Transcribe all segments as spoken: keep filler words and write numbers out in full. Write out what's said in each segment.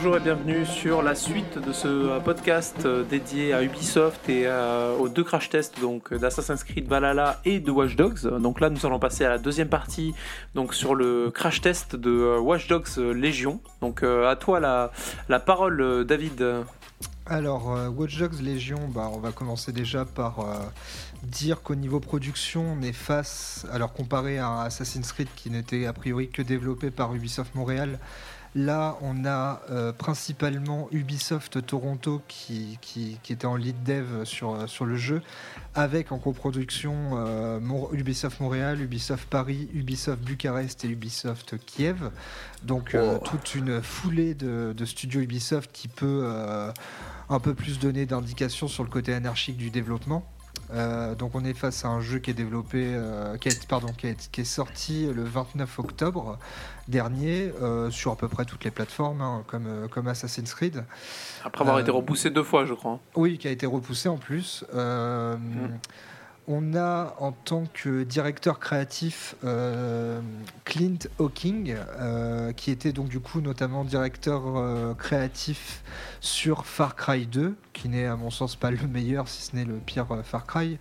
bonjour et bienvenue sur la suite de ce podcast dédié à Ubisoft et à, aux deux crash tests donc d'Assassin's Creed Valhalla et de Watch Dogs. Donc là, nous allons passer à la deuxième partie, donc sur le crash test de Watch Dogs Légion. Donc à toi la, la parole, David. Alors, euh, Watch Dogs Légion, bah, on va commencer déjà par euh, dire qu'au niveau production, on est face, alors comparé à Assassin's Creed qui n'était a priori que développé par Ubisoft Montréal, là on a euh, principalement Ubisoft Toronto qui, qui, qui était en lead dev sur, sur le jeu, avec en coproduction euh, Ubisoft Montréal, Ubisoft Paris, Ubisoft Bucarest et Ubisoft Kiev. Donc oh. euh, toute une foulée de, de studios Ubisoft qui peut euh, un peu plus donner d'indications sur le côté anarchique du développement. Euh, donc on est face à un jeu qui est développé, euh, qui, est, pardon, qui, est, qui est sorti le vingt-neuf octobre dernier euh, sur à peu près toutes les plateformes, hein, comme, euh, comme Assassin's Creed. Après avoir euh, été repoussé deux fois, je crois. Oui, qui a été repoussé en plus. Euh, mmh. On a en tant que directeur créatif euh, Clint Hawking, euh, qui était donc du coup notamment directeur euh, créatif sur Far Cry deux, qui n'est à mon sens pas le meilleur, si ce n'est le pire euh, Far Cry.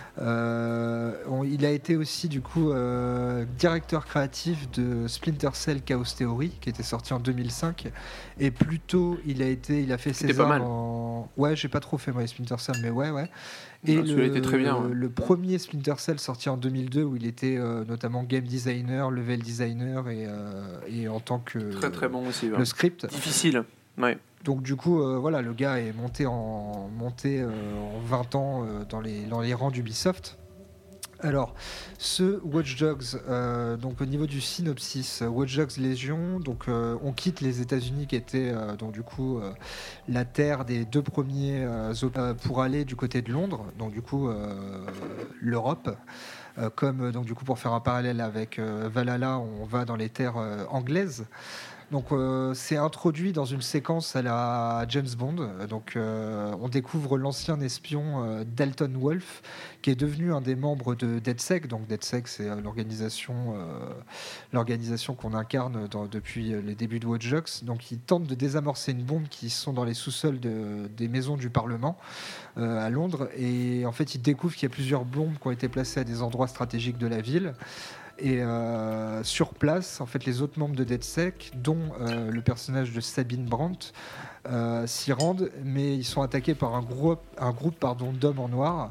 Euh, on, il a été aussi du coup euh, directeur créatif de Splinter Cell Chaos Theory qui était sorti en deux mille cinq, et plus tôt il a été il a fait ses armes en... ouais j'ai pas trop fait moi Splinter Cell mais ouais ouais et non, le, était très bien, ouais. le premier Splinter Cell sorti en deux mille deux où il était euh, notamment game designer, level designer et, euh, et en tant que très très bon aussi le ouais. script difficile ouais. Donc du coup, euh, voilà, le gars est monté en, monté, euh, en vingt ans euh, dans, les, dans les rangs d'Ubisoft. Alors, ce Watch Dogs, euh, donc au niveau du synopsis, Watch Dogs Légion, donc euh, on quitte les États-Unis qui étaient euh, donc du coup euh, la terre des deux premiers euh, pour aller du côté de Londres, donc du coup euh, l'Europe. Euh, comme donc du coup pour faire un parallèle avec euh, Valhalla, on va dans les terres euh, anglaises. Donc euh, c'est introduit dans une séquence à la James Bond. Donc euh, on découvre l'ancien espion euh, Dalton Wolf, qui est devenu un des membres de DedSec. Donc DedSec, c'est euh, l'organisation, euh, l'organisation qu'on incarne dans, depuis les débuts de Watch Dogs. Donc il tente de désamorcer une bombe qui sont dans les sous-sols de, des maisons du Parlement euh, à Londres. Et en fait, il découvre qu'il y a plusieurs bombes qui ont été placées à des endroits stratégiques de la ville. Et euh, sur place, en fait, les autres membres de DedSec, dont euh, le personnage de Sabine Brandt, euh, s'y rendent, mais ils sont attaqués par un groupe, un groupe pardon, d'hommes en noir.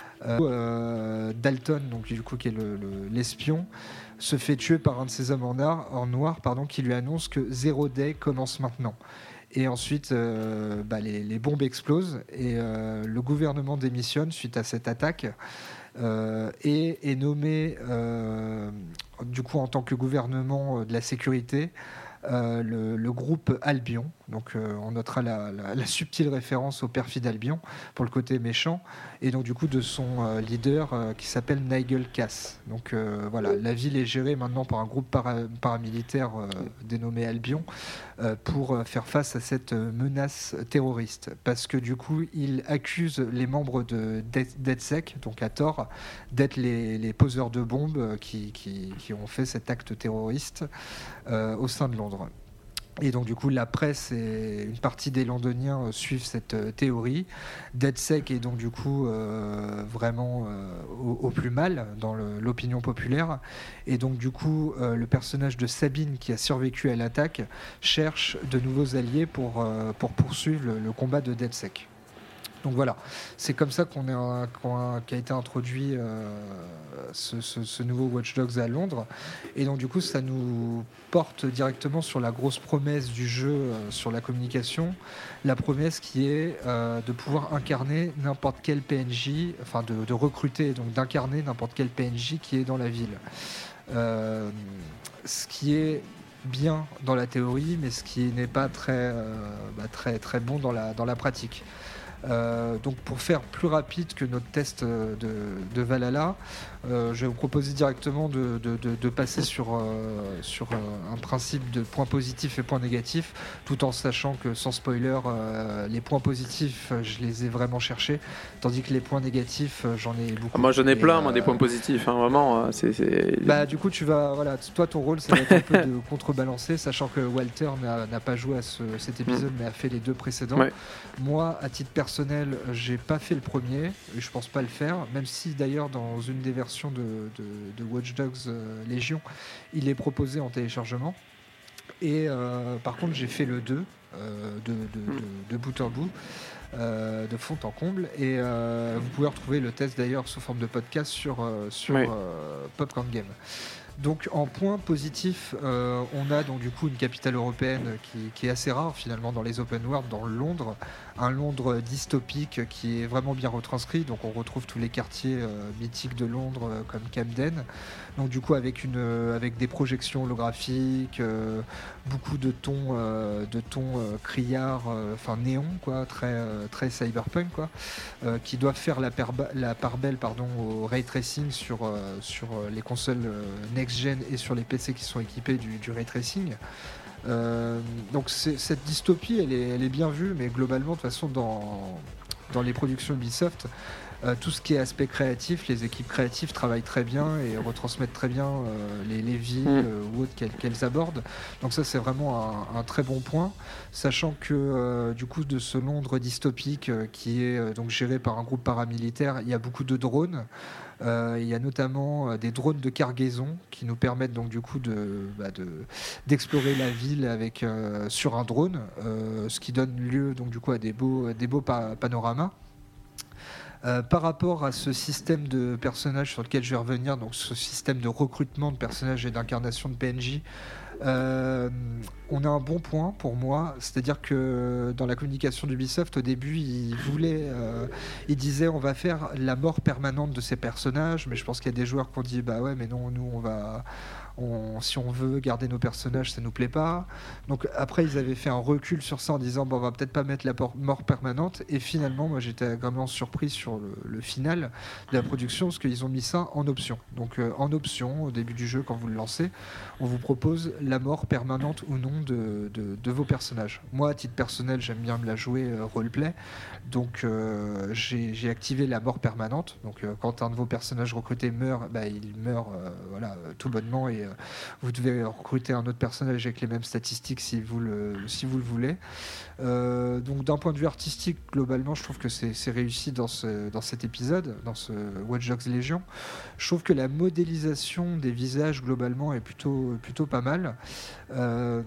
Euh, Dalton, donc du coup qui est le, le, l'espion, se fait tuer par un de ces hommes en noir, en noir pardon, qui lui annonce que Zero Day commence maintenant. Et ensuite, euh, bah, les, les bombes explosent et euh, le gouvernement démissionne suite à cette attaque. Euh, et est nommé euh, du coup en tant que gouvernement de la sécurité euh, le, le groupe Albion. Donc euh, on notera la, la, la subtile référence au perfide Albion pour le côté méchant, et donc du coup de son euh, leader euh, qui s'appelle Nigel Cass. Donc euh, voilà, la ville est gérée maintenant par un groupe para, paramilitaire euh, dénommé Albion euh, pour euh, faire face à cette euh, menace terroriste, parce que du coup il accuse les membres de DedSec, donc à tort, d'être les, les poseurs de bombes euh, qui, qui, qui ont fait cet acte terroriste euh, au sein de Londres. Et donc du coup la presse et une partie des Londoniens euh, suivent cette euh, théorie. DedSec est donc du coup euh, vraiment euh, au, au plus mal dans le, l'opinion populaire, et donc du coup euh, le personnage de Sabine qui a survécu à l'attaque cherche de nouveaux alliés pour, euh, pour poursuivre le, le combat de DedSec. Donc voilà, c'est comme ça qu'on est, qu'on a, qu'a été introduit euh, ce, ce, ce nouveau Watch Dogs à Londres. Et donc du coup, ça nous porte directement sur la grosse promesse du jeu, euh, sur la communication. La promesse qui est euh, de pouvoir incarner n'importe quel P N J, enfin de, de recruter, donc d'incarner n'importe quel P N J qui est dans la ville. Euh, ce qui est bien dans la théorie, mais ce qui n'est pas très, euh, bah, très, très bon dans la, dans la pratique. Euh, donc pour faire plus rapide que notre test de, de Valhalla, euh, je vais vous proposer directement de, de, de, de passer sur, euh, sur euh, un principe de points positifs et points négatifs, tout en sachant que sans spoiler, euh, les points positifs, je les ai vraiment cherchés, tandis que les points négatifs, j'en ai beaucoup. Ah, moi j'en ai et, plein, euh, moi des points positifs, hein, vraiment. C'est, c'est... Bah du coup tu vas, voilà, toi ton rôle c'est d'être un peu de contrebalancer, sachant que Walter n'a, n'a pas joué à ce, cet épisode, mmh. mais a fait les deux précédents. Ouais. Moi, à titre personnel, j'ai pas fait le premier, et je pense pas le faire, même si d'ailleurs dans une des versions de, de, de Watch Dogs euh, Légion, il est proposé en téléchargement. Et euh, par contre, j'ai fait le deux euh, de, de, de, de bout en bout. Euh, de fond en comble, et euh, vous pouvez retrouver le test d'ailleurs sous forme de podcast sur, euh, sur oui. euh, Popcorn Game. Donc en point positif, euh, on a donc du coup une capitale européenne qui, qui est assez rare finalement dans les open world, dans Londres, un Londres dystopique qui est vraiment bien retranscrit. Donc on retrouve tous les quartiers euh, mythiques de Londres euh, comme Camden. Donc du coup avec une euh, avec des projections holographiques, euh, beaucoup de tons euh, de tons euh, criards, enfin euh, néon quoi, très euh, très cyberpunk quoi, euh, qui doivent faire la, perba- la part belle pardon au ray tracing sur euh, sur les consoles euh, next-gen et sur les P C qui sont équipés du, du ray tracing. Euh, donc c'est, cette dystopie, elle est, elle est bien vue, mais globalement, de toute façon, dans, dans les productions Ubisoft, euh, tout ce qui est aspect créatif, les équipes créatives travaillent très bien et retransmettent très bien euh, les, les vies euh, ou autres qu'elles, qu'elles abordent. Donc ça, c'est vraiment un, un très bon point, sachant que euh, du coup, de ce Londres dystopique euh, qui est euh, donc géré par un groupe paramilitaire, il y a beaucoup de drones. Euh, il y a notamment euh, des drones de cargaison qui nous permettent donc du coup de, bah, de, d'explorer la ville avec, euh, sur un drone, euh, ce qui donne lieu donc du coup à des beaux, des beaux pa- panoramas. Euh, par rapport à ce système de personnages sur lequel je vais revenir, donc ce système de recrutement de personnages et d'incarnation de P N J, euh, on a un bon point pour moi, c'est-à-dire que dans la communication d'Ubisoft au début ils voulaient, euh, ils disaient on va faire la mort permanente de ces personnages, mais je pense qu'il y a des joueurs qui ont dit bah ouais mais non, nous on va on, si on veut garder nos personnages ça nous plaît pas. Donc après ils avaient fait un recul sur ça en disant bon on va peut-être pas mettre la mort permanente, et finalement moi j'étais agréablement surpris sur le, le final de la production parce qu'ils ont mis ça en option. Donc euh, en option au début du jeu quand vous le lancez, on vous propose la mort permanente ou non de, de, de vos personnages. Moi, à titre personnel, j'aime bien me la jouer euh, roleplay, donc euh, j'ai, j'ai activé la mort permanente. Donc euh, quand un de vos personnages recrutés meurt, bah, il meurt euh, voilà, euh, tout bonnement, et euh, vous devez recruter un autre personnage avec les mêmes statistiques si vous le, si vous le voulez. Euh, donc d'un point de vue artistique, globalement, je trouve que c'est, c'est réussi dans, ce, dans cet épisode, dans ce Watch Dogs Légion. Je trouve que la modélisation des visages, globalement, est plutôt, plutôt pas mal. Euh,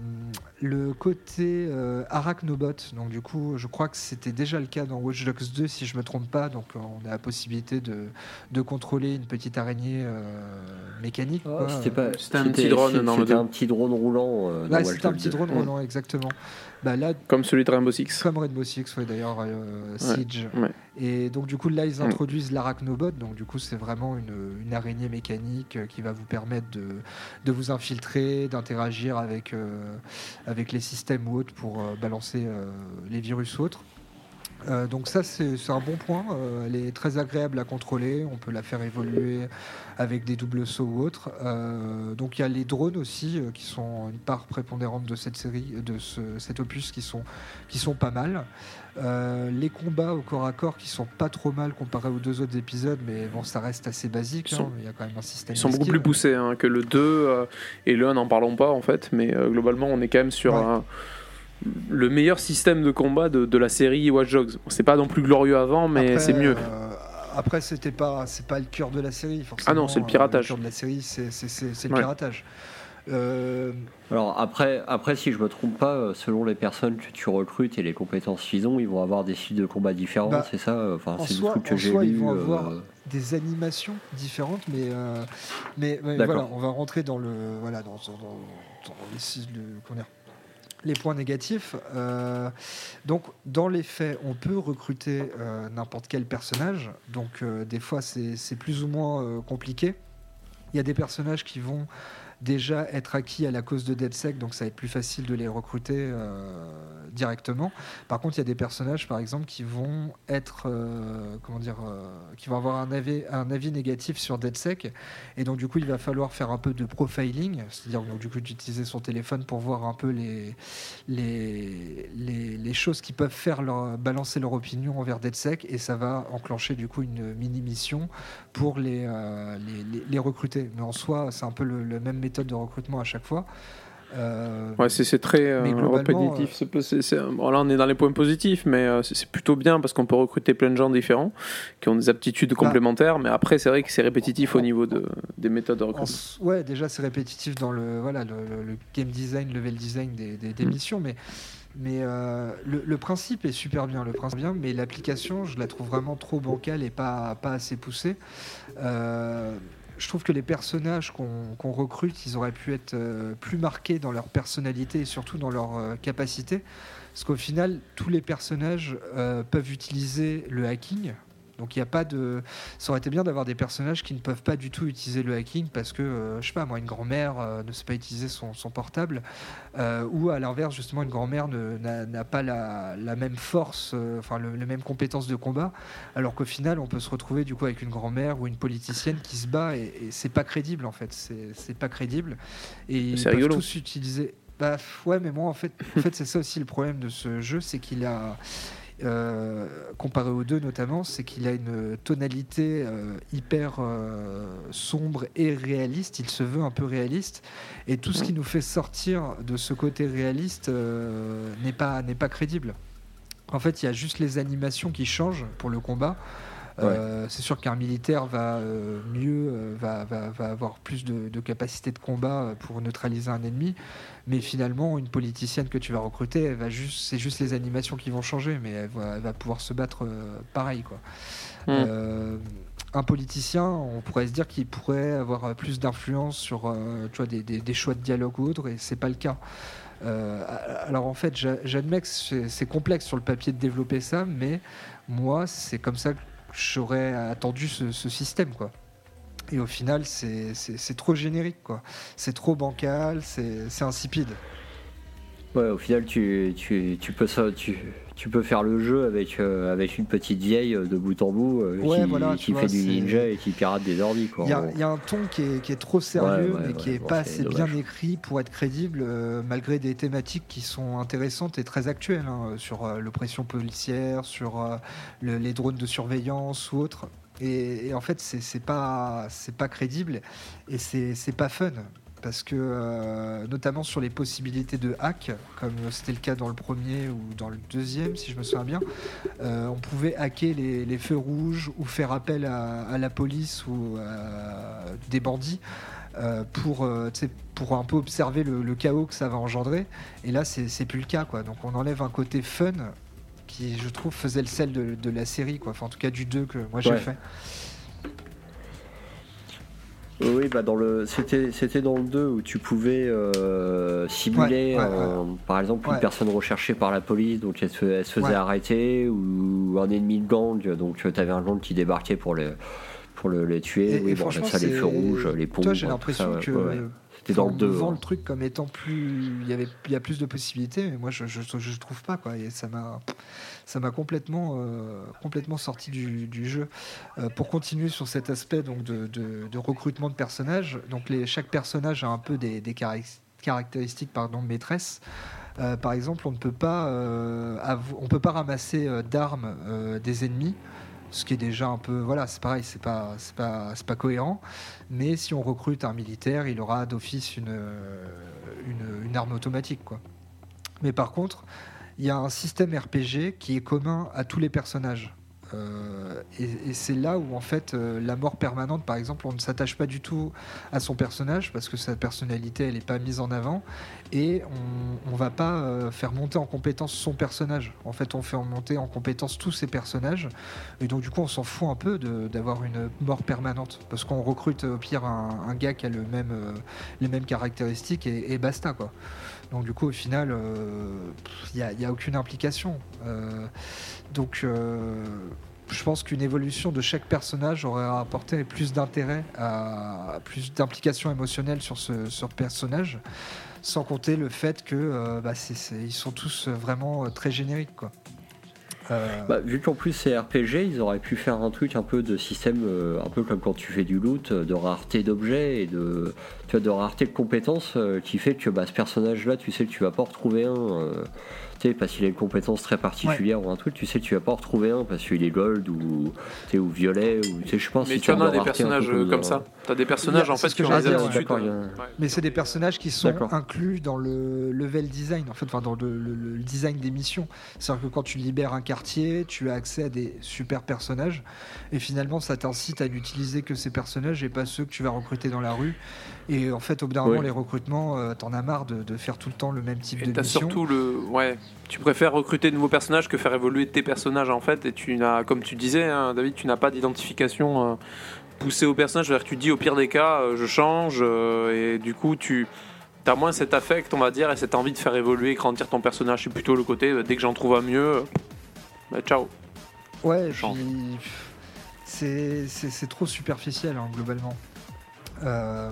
le côté euh, Arachnobot, donc du coup, je crois que c'était déjà le cas dans Watch Dogs deux, si je me trompe pas. Donc on a la possibilité de, de contrôler une petite araignée euh, mécanique. Oh, quoi. C'était, pas, c'était un petit drone, c'était, dans c'était le un petit drone roulant. Euh, ouais, c'était un petit drone mmh. roulant, exactement. Bah, là, comme celui de Rainbow Six. Comme Rainbow Six, ouais, d'ailleurs, euh, Siege. Ouais, ouais. Et donc, du coup, là, ils introduisent mmh. l'Arachnobot. Donc, du coup, c'est vraiment une, une araignée mécanique qui va vous permettre de, de vous infiltrer, d'interagir avec, euh, avec les systèmes ou autres pour euh, balancer euh, les virus ou autres. Euh, donc ça c'est, c'est un bon point, euh, elle est très agréable à contrôler, on peut la faire évoluer avec des doubles sauts ou autres. Euh, donc il y a les drones aussi euh, qui sont une part prépondérante de cette série, de ce, cet opus qui sont, qui sont pas mal. Euh, les combats au corps à corps qui sont pas trop mal comparés aux deux autres épisodes, mais bon ça reste assez basique, sont, hein, il y a quand même un système. Ils sont beaucoup plus poussés hein, que le deux euh, et le un, n'en parlons pas en fait, mais euh, globalement on est quand même sur ouais. un... le meilleur système de combat de, de la série Watch Dogs. C'est pas non plus glorieux avant, mais après, c'est mieux. Euh, après, c'était pas, c'est pas le cœur de la série, forcément. Ah non, c'est le piratage. Le cœur de la série, c'est, c'est, c'est, c'est le ouais. piratage. Euh... Alors après, après, si je me trompe pas, selon les personnes que tu recrutes et les compétences qu'ils ont, ils vont avoir des styles de combat différents, bah, c'est ça. Enfin, c'est soi, le truc que en j'ai soi, lu. Ils vont avoir euh... des animations différentes, mais euh, mais, mais voilà, on va rentrer dans le voilà dans, dans, dans, dans les, le, comment dire, les points négatifs. Euh, donc, dans les faits, on peut recruter euh, n'importe quel personnage. Donc, euh, des fois, c'est, c'est plus ou moins euh, compliqué. Il y a des personnages qui vont déjà être acquis à la cause de DedSec, donc ça va être plus facile de les recruter euh, directement. Par contre, il y a des personnages, par exemple, qui vont être, euh, comment dire, euh, qui vont avoir un avis, un avis négatif sur DedSec, et donc du coup, il va falloir faire un peu de profiling, c'est-à-dire donc, du coup d'utiliser son téléphone pour voir un peu les les les, les choses qui peuvent faire leur, balancer leur opinion envers DedSec, et ça va enclencher du coup une mini mission pour les, euh, les, les les recruter. Mais en soi, c'est un peu le, le même méthode de recrutement à chaque fois. Euh, ouais, c'est, c'est très euh, répétitif. Euh... C'est, c'est, bon, là, on est dans les points positifs, mais euh, c'est, c'est plutôt bien parce qu'on peut recruter plein de gens différents qui ont des aptitudes bah, complémentaires. Mais après, c'est vrai que c'est répétitif au niveau de, des méthodes de recrutement. En, ouais, déjà, c'est répétitif dans le, voilà, le, le, le game design, level design des, des, des mmh. missions. Mais, mais euh, le, le principe est super bien, le principe est bien, mais l'application, je la trouve vraiment trop bancale et pas, pas assez poussée. Euh, Je trouve que les personnages qu'on, qu'on recrute, ils auraient pu être euh, plus marqués dans leur personnalité et surtout dans leur euh, capacité. Parce qu'au final, tous les personnages euh, peuvent utiliser le hacking. Donc il y a pas de. Ça aurait été bien d'avoir des personnages qui ne peuvent pas du tout utiliser le hacking parce que, euh, je sais pas, moi, une grand-mère euh, ne sait pas utiliser son, son portable, euh, ou à l'inverse, justement, une grand-mère ne, n'a, n'a pas la, la même force, euh, enfin, le, les mêmes compétences de combat, alors qu'au final, on peut se retrouver du coup avec une grand-mère ou une politicienne qui se bat et, et c'est pas crédible en fait, c'est, c'est pas crédible. Et c'est ils rigolo. peuvent tous utiliser. Bah ouais, mais moi en fait, en fait, c'est ça aussi le problème de ce jeu, c'est qu'il a. Euh, comparé aux deux notamment, c'est qu'il a une tonalité euh, hyper euh, sombre et réaliste. Il se veut un peu réaliste, et tout ce qui nous fait sortir de ce côté réaliste euh, n'est pas, n'est pas crédible. En fait, il y a juste les animations qui changent pour le combat. Euh, ouais. C'est sûr qu'un militaire va euh, mieux, euh, va, va, va avoir plus de, de capacité de combat pour neutraliser un ennemi, mais finalement une politicienne que tu vas recruter, elle va juste, c'est juste les animations qui vont changer, mais elle va, elle va pouvoir se battre euh, pareil quoi. Mmh. Euh, un politicien, on pourrait se dire qu'il pourrait avoir plus d'influence sur euh, tu vois, des, des, des choix de dialogue ou autre, et c'est pas le cas. Euh, alors en fait, j'admets que c'est, c'est complexe sur le papier de développer ça, mais moi, c'est comme ça que j'aurais attendu ce, ce système, quoi. Et au final, c'est, c'est, c'est trop générique, quoi. C'est trop bancal, c'est, c'est insipide. Ouais, au final, tu, tu, tu, peux, tu, tu peux faire le jeu avec, euh, avec une petite vieille de bout en bout euh, ouais, qui, voilà, qui fait vois, du c'est... ninja et qui pirate des ordis. Il y, y a un ton qui est, qui est trop sérieux, ouais, ouais, mais qui n'est ouais, pas assez dommage. bien écrit pour être crédible, euh, malgré des thématiques qui sont intéressantes et très actuelles, hein, sur euh, l'oppression policière, sur euh, le, les drones de surveillance ou autres. Et, et en fait, c'est, c'est, pas, c'est pas crédible et c'est, c'est pas fun. Parce que, euh, notamment sur les possibilités de hack, comme c'était le cas dans le premier ou dans le deuxième, si je me souviens bien, euh, on pouvait hacker les, les feux rouges ou faire appel à, à la police ou à des bandits euh, pour, euh, pour un peu observer le, le chaos que ça va engendrer. Et là, c'est, c'est plus le cas, quoi. Donc on enlève un côté fun qui, je trouve, faisait le sel de, de la série, quoi. Enfin, en tout cas du deux que moi j'ai ouais. fait. Oui, bah dans le, c'était, c'était dans le deux où tu pouvais euh, simuler, ouais, ouais, un, ouais. par exemple, une ouais. personne recherchée par la police, donc elle se, elle se faisait ouais. arrêter, ou un ennemi de gang, donc tu avais un gang qui débarquait pour, les, pour le, les tuer. Et, oui, et bon, franchement, ça, les feux rouges, les pompes. Toi, j'ai l'impression ça, que ouais, ouais. C'était dans le deux. On vend hein. le truc comme étant plus, il y avait, il y a plus de possibilités, mais moi, je, je, je trouve pas, quoi. Et ça m'a. Ça m'a complètement, euh, complètement sorti du, du jeu. Euh, pour continuer sur cet aspect donc, de, de, de recrutement de personnages, donc les, chaque personnage a un peu des, des caractéristiques pardon, maîtresses. Euh, par exemple, on ne peut pas, euh, avou- on peut pas ramasser euh, d'armes euh, des ennemis, ce qui est déjà un peu, voilà, c'est pareil, c'est pas, c'est pas, c'est pas cohérent. Mais si on recrute un militaire, il aura d'office une, une, une arme automatique, quoi. Mais par contre, il y a un système R P G qui est commun à tous les personnages. Euh, et, et c'est là où en fait euh, la mort permanente, par exemple, on ne s'attache pas du tout à son personnage parce que sa personnalité elle n'est pas mise en avant et on ne va pas euh, faire monter en compétence son personnage. En fait, on fait monter en compétence tous ses personnages et donc du coup on s'en fout un peu de, d'avoir une mort permanente parce qu'on recrute au pire un, un gars qui a le même, euh, les mêmes caractéristiques et, et basta, quoi. Donc du coup au final il euh, n'y a, a aucune implication. Euh, donc euh, je pense qu'une évolution de chaque personnage aurait apporté plus d'intérêt, à, plus d'implication émotionnelle sur ce sur le personnage, sans compter le fait que euh, bah, c'est, c'est, ils sont tous vraiment très génériques, quoi. Euh... Bah, vu qu'en plus c'est R P G, ils auraient pu faire un truc un peu de système, euh, un peu comme quand tu fais du loot, de rareté d'objets et de, tu vois, de rareté de compétences, euh, qui fait que bah, ce personnage-là, tu sais que tu vas pas en retrouver un, euh, tu sais, parce qu'il a une compétence très particulière, ouais. ou un truc, tu sais que tu vas pas en retrouver un parce qu'il est gold ou, tu sais, ou violet ou tu sais, je pense. Mais si tu en as des personnages comme, comme ça. T'as des personnages en fait qui ont des aptitudes. Ouais, ouais. Mais c'est des personnages qui sont d'accord. inclus dans le level design, en fait, enfin dans le, le, le design des missions. C'est-à-dire que quand tu libères un quartier, tu as accès à des super personnages et finalement ça t'incite à n'utiliser que ces personnages et pas ceux que tu vas recruter dans la rue. Et en fait, au bout d'un oui. moment, les recrutements, euh, t'en as marre de, de faire tout le temps le même type et de t'as mission. Surtout le, ouais, tu préfères recruter de nouveaux personnages que faire évoluer tes personnages en fait. Et tu n'as, comme tu disais, hein, David, tu n'as pas d'identification euh, poussée au personnage. C'est-à-dire que tu dis au pire des cas, euh, je change, euh, et du coup, tu as moins cet affect, on va dire, et cette envie de faire évoluer, grandir ton personnage. C'est plutôt le côté, euh, dès que j'en trouve un mieux, euh, bah, ciao. Ouais, puis, c'est, c'est, c'est trop superficiel, hein, globalement. Euh,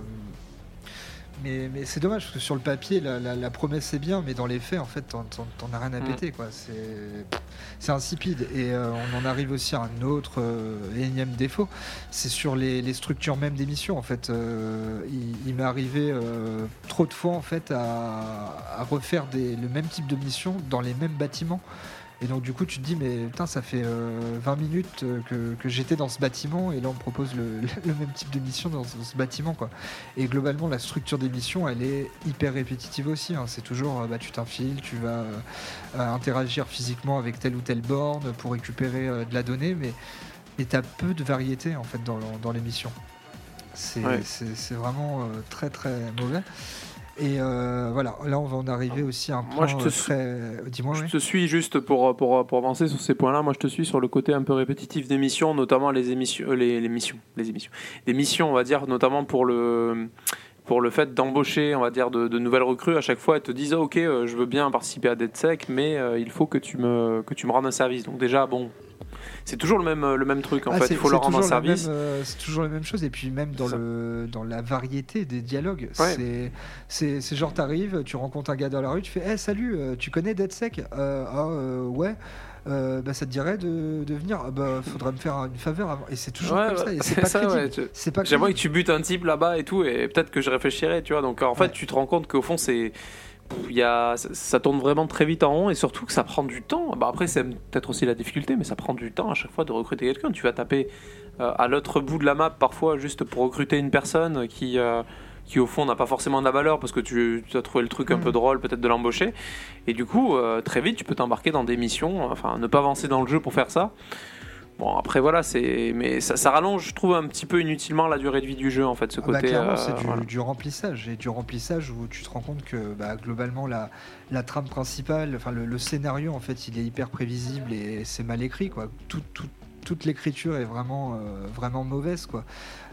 mais, mais c'est dommage parce que sur le papier la, la, la promesse est bien, mais dans les faits en fait t'en, t'en, t'en as rien à mmh. péter, quoi. C'est, c'est insipide. Et euh, on en arrive aussi à un autre euh, énième défaut, c'est sur les, les structures même des missions en fait. Euh, il, il m'est arrivé euh, trop de fois en fait à, à refaire des, le même type de mission dans les mêmes bâtiments. Et donc du coup tu te dis mais putain ça fait euh, vingt minutes que, que j'étais dans ce bâtiment et là on me propose le, le même type de mission dans ce, ce bâtiment, quoi. Et globalement la structure des missions elle est hyper répétitive aussi, hein. C'est toujours bah, tu t'infiles, tu vas euh, interagir physiquement avec telle ou telle borne pour récupérer euh, de la donnée, mais et t'as peu de variété en fait dans, dans les missions. C'est, ouais. c'est, c'est vraiment euh, très très mauvais. Et euh, voilà, là on va en arriver aussi à un point moi, je te très... Dis-moi, je oui. te suis juste pour, pour, pour avancer sur ces points-là. Moi je te suis sur le côté un peu répétitif des missions, notamment les émissions, les, les missions, les émissions, les missions, on va dire, notamment pour le, pour le fait d'embaucher, on va dire, de, de nouvelles recrues. À chaque fois, elles te disent oh, ok, euh, je veux bien participer à DedSec, mais euh, il faut que tu me que tu me rendes un service. Donc déjà, bon. C'est toujours le même, le même truc en ah, fait, il faut leur rendre un service. Même, euh, c'est toujours la même chose, et puis même dans, le, dans la variété des dialogues. Ouais. C'est, c'est, c'est genre t'arrives, tu rencontres un gars dans la rue, tu fais hey, salut, tu connais DedSec euh, Ah euh, ouais. Euh, bah, ça te dirait de, de venir ah, bah, faudrait me faire une faveur avant. Et c'est toujours ouais, comme ça, et c'est, c'est pas ça, ouais, tu... c'est pas j'aimerais que tu butes un type là-bas et tout, et peut-être que je réfléchirais, tu vois. Donc en fait, ouais. tu te rends compte qu'au fond, c'est. Il y a, ça tourne vraiment très vite en rond et surtout que ça prend du temps. Bah après, c'est peut-être aussi la difficulté, mais ça prend du temps à chaque fois de recruter quelqu'un. Tu vas taper euh, à l'autre bout de la map parfois juste pour recruter une personne qui, euh, qui au fond n'a pas forcément de la valeur parce que tu, tu as trouvé le truc un mmh. peu drôle peut-être de l'embaucher. Et du coup, euh, très vite, tu peux t'embarquer dans des missions, enfin ne pas avancer dans le jeu pour faire ça. Bon, après voilà, c'est mais ça, ça rallonge, je trouve, un petit peu inutilement la durée de vie du jeu en fait, ce ah côté. Bah, clairement, euh, c'est du, voilà. du remplissage et du remplissage où tu te rends compte que bah, globalement la, la trame principale, enfin le, le scénario en fait, il est hyper prévisible et c'est mal écrit, quoi. Tout, tout, toute l'écriture est vraiment euh, vraiment mauvaise, quoi.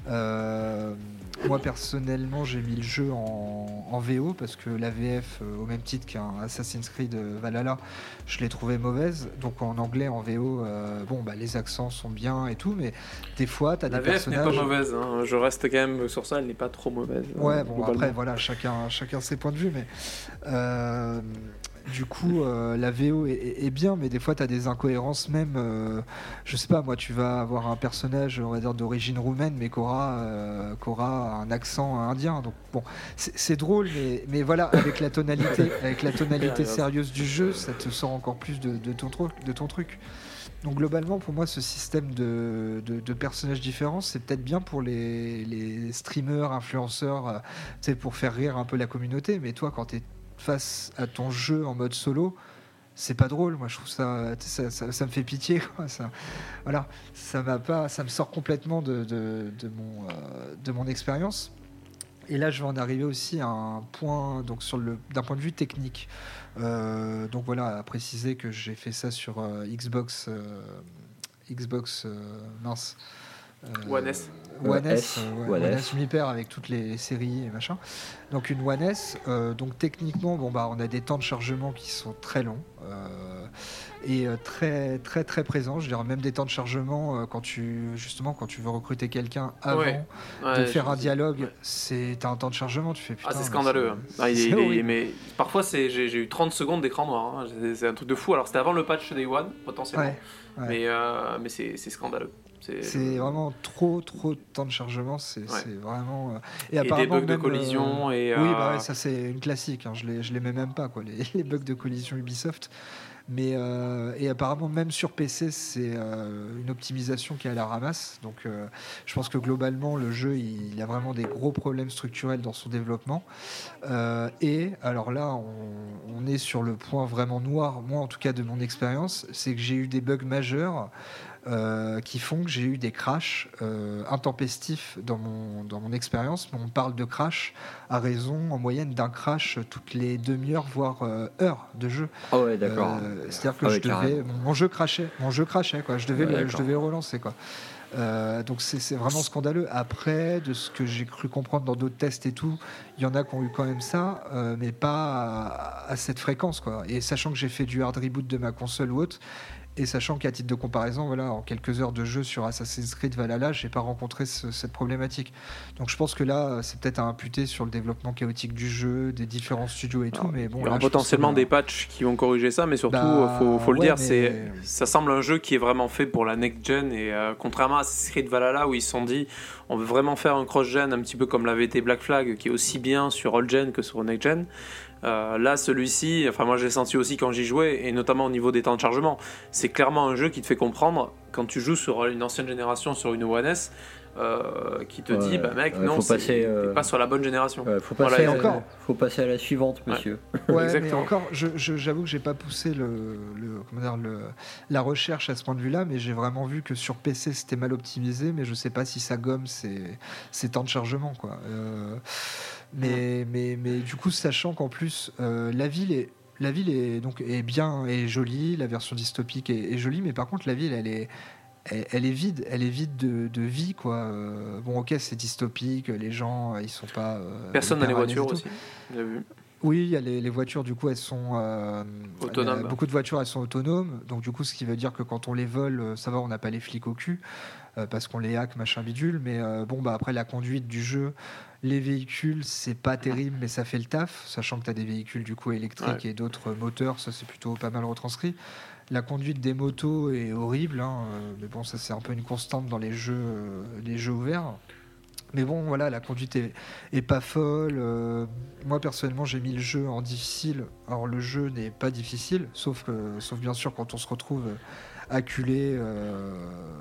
Euh, moi personnellement j'ai mis le jeu en, en V O parce que la V F euh, au même titre qu'un Assassin's Creed Valhalla je l'ai trouvé mauvaise, donc en anglais en V O euh, bon bah les accents sont bien et tout, mais des fois t'as la des V F personnages n'est pas mauvaise, hein. Je reste quand même sur ça, elle n'est pas trop mauvaise. Ouais bon après voilà chacun, chacun ses points de vue, mais euh, du coup euh, la V O est, est, est bien, mais des fois tu as des incohérences même, euh, je sais pas moi, tu vas avoir un personnage on va dire d'origine roumaine mais qui aura, euh, qui aura un accent indien, donc bon c'est, c'est drôle, mais, mais voilà, avec la tonalité avec la tonalité sérieuse du jeu ça te sort encore plus de, de, ton, tru- de ton truc. Donc globalement pour moi ce système de, de, de personnages différents c'est peut-être bien pour les, les streamers, influenceurs, euh, tu sais, pour faire rire un peu la communauté, mais toi quand t'es face à ton jeu en mode solo, c'est pas drôle. Moi, je trouve ça, ça, ça, ça me fait pitié, quoi. Ça, voilà, ça m'a pas, ça me sort complètement de, de, de mon, euh, de mon expérience. Et là, je vais en arriver aussi à un point, donc sur le, d'un point de vue technique. Euh, donc voilà, à préciser que j'ai fait ça sur euh, Xbox, euh, Xbox, euh, mince. Euh, One S. One Euh, S, S, euh, ouais, One One S. S, je m'y perds avec toutes les séries et machin. Donc une One S, euh, donc techniquement, bon bah on a des temps de chargement qui sont très longs euh, et euh, très très très présents. Je dirais même des temps de chargement euh, quand tu justement quand tu veux recruter quelqu'un avant Ouais. Ouais, de faire je un sais. dialogue, Ouais. c'est t'as un temps de chargement, tu fais putain. Ah, c'est mais scandaleux. hein. Ah, il est- c'est il est- horrible. mais parfois, c'est, j'ai, j'ai eu trente secondes d'écran noir. hein. C'est, c'est un truc de fou. Alors, c'était avant le patch Day One, potentiellement. Ouais, ouais. Mais, euh, mais c'est, c'est scandaleux. C'est, C'est vraiment trop trop de temps de chargement, c'est Ouais. c'est vraiment. euh, Et des apparemment, bugs de même, collision. euh, Et, Oui, euh, bah ouais, ça c'est une classique. hein, Je les je les mets même pas quoi, les, les bugs de collision Ubisoft. Mais euh, et apparemment même sur P C, c'est euh, une optimisation qui est à la ramasse. Donc euh, je pense que globalement le jeu il, il a vraiment des gros problèmes structurels dans son développement. Euh, et alors là, on, on est sur le point vraiment noir. Moi, en tout cas de mon expérience, c'est que j'ai eu des bugs majeurs. Euh, qui font que j'ai eu des crashs euh, intempestifs dans mon, dans mon expérience. Mais on parle de crash à raison en moyenne d'un crash toutes les demi-heures, voire euh, heures de jeu. Ah ouais, d'accord. Euh, c'est-à-dire que Ah ouais, je devais, carrément. mon, mon jeu crashait, mon jeu crashait quoi. Je devais, Ouais, le, je d'accord. devais le relancer quoi. Euh, donc c'est, c'est vraiment scandaleux. Après, de ce que j'ai cru comprendre dans d'autres tests et tout, il y en a qui ont eu quand même ça, euh, mais pas à, à cette fréquence quoi. Et sachant que j'ai fait du hard reboot de ma console ou autre. Et sachant qu'à titre de comparaison, voilà, en quelques heures de jeu sur Assassin's Creed Valhalla, j'ai pas rencontré ce, cette problématique. Donc je pense que là, c'est peut-être à imputer sur le développement chaotique du jeu, des différents studios et tout. Alors, Mais bon, il y aura là, je pense potentiellement que- des patchs qui vont corriger ça, mais surtout, Bah, faut, faut le ouais, dire, mais- c'est, ça semble un jeu qui est vraiment fait pour la next-gen. Et euh, contrairement à Assassin's Creed Valhalla, où ils se sont dit, on veut vraiment faire un cross-gen, un petit peu comme l'avait été Black Flag, qui est aussi bien sur old-gen que sur next-gen. Euh, là, celui-ci, enfin moi j'ai senti aussi quand j'y jouais, et notamment au niveau des temps de chargement, c'est clairement un jeu qui te fait comprendre quand tu joues sur une ancienne génération, sur une One S, euh, qui te Ouais, dit, bah mec, ouais, non, faut c'est, passer, euh, t'es pas sur la bonne génération. Ouais, faut, passer Voilà, à, encore. faut passer à la suivante, monsieur. Ouais, mais Exactement. encore, je, je- j'avoue que j'ai pas poussé le, le- comment dire, le- la recherche à ce point de vue-là, mais j'ai vraiment vu que sur P C c'était mal optimisé, mais je sais pas si ça gomme ces, ces temps de chargement, quoi. Euh, mais, mais, mais du coup, sachant qu'en plus euh, la ville est la ville est donc est bien est jolie, la version dystopique est, est jolie, mais par contre la ville elle est elle, elle est vide, elle est vide de, de vie quoi. Euh, bon ok c'est dystopique, les gens euh, ils sont pas euh, Personne n'a les hyper à l'aise et voitures tout. aussi, vous avez vu. Oui, il y a les, les voitures, du coup, elles sont euh, Autonomes. la- beaucoup de voitures, elles sont autonomes. Donc, du coup, ce qui veut dire que quand on les vole, euh, ça va, on n'a pas les flics au cul euh, parce qu'on les hack, machin bidule. Mais euh, bon, bah après la conduite du jeu, les véhicules, c'est pas terrible, mais ça fait le taf. Sachant que tu as des véhicules du coup électriques Ouais. et d'autres moteurs, ça c'est plutôt pas mal retranscrit. La conduite des motos est horrible, hein, euh, mais bon, ça c'est un peu une constante dans les jeux, euh, les jeux ouverts. Mais bon, voilà, la conduite est, est pas folle. Euh, moi, personnellement, j'ai mis le jeu en difficile. Alors, le jeu n'est pas difficile, sauf, que, sauf bien sûr quand on se retrouve acculé euh,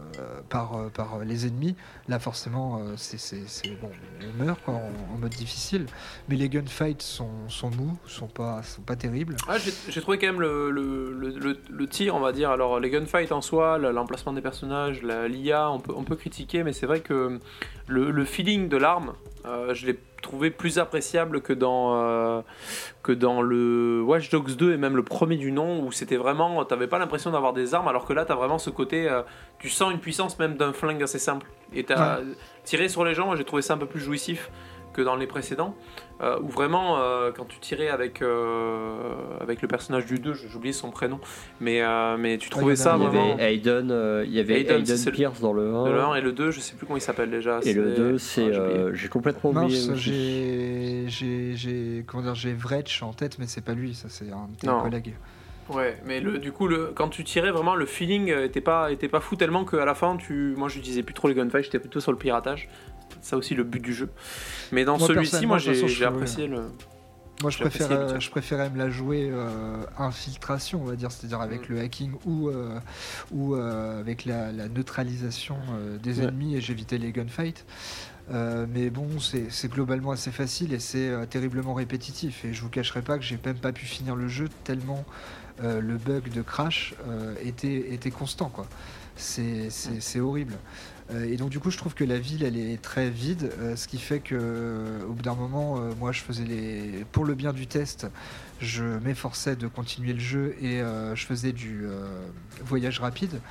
par, euh, par les ennemis. Là, forcément, euh, c'est, c'est, c'est bon, on meurt quoi, en, en mode difficile. Mais les gunfights sont, sont mous, sont pas, sont pas terribles. Ah, j'ai, j'ai trouvé quand même le, le, le, le, le tir, on va dire. Alors, les gunfights en soi, l'emplacement des personnages, la, l'I A, on peut, on peut critiquer, mais c'est vrai que le, le feeling de l'arme, euh, je l'ai trouvé plus appréciable que dans, euh, que dans le Watch Dogs deux et même le premier du nom, où c'était vraiment, t'avais pas l'impression d'avoir des armes, alors que là, t'as vraiment ce côté, euh, tu sens une puissance même d'un flingue assez simple. Et t'as Ouais. tiré sur les gens, moi j'ai trouvé ça un peu plus jouissif que dans les précédents, euh, où vraiment, euh, quand tu tirais avec, euh, avec le personnage du deux, j'ai oublié son prénom, mais, euh, mais tu trouvais il y en a ça Il y un, vraiment... avait Aiden, euh, il y avait Aiden, Aiden c'est le- Pierce dans le un. Le un et le deux, je sais plus comment il s'appelle déjà. Et le c'est- deux, c'est. Ah, j'ai oublié. euh, j'ai complètement oublié. Mince, aussi. j'ai, j'ai, j'ai, comment dire, j'ai Vretch en tête, mais c'est pas lui, ça c'est un de tes Non. collègues. Ouais, mais le, du coup, le, quand tu tirais, vraiment, le feeling euh, était pas, était pas fou tellement qu'à la fin, tu, moi je disais plus trop les gunfights, j'étais plutôt sur le piratage. C'est ça aussi le but du jeu. Mais dans Moi, celui-ci, moi personnellement, de toute j'ai, façon, je j'ai suis- apprécié le. Moi, je J'ai apprécié préférais, le tir. je préférais me la jouer euh, infiltration, on va dire, c'est-à-dire avec Mm. le hacking ou, euh, ou euh, avec la, la neutralisation euh, des Ouais. ennemis et j'évitais les gunfights. Euh, mais bon, c'est, c'est globalement assez facile et c'est euh, terriblement répétitif. Et je vous cacherai pas que j'ai même pas pu finir le jeu tellement euh, le bug de crash euh, était, était constant, quoi. C'est, c'est, c'est horrible. Euh, et donc du coup je trouve que la ville elle est très vide, euh, ce qui fait que euh, au bout d'un moment euh, moi je faisais les pour le bien du test je m'efforçais de continuer le jeu et euh, je faisais du euh, voyage rapide.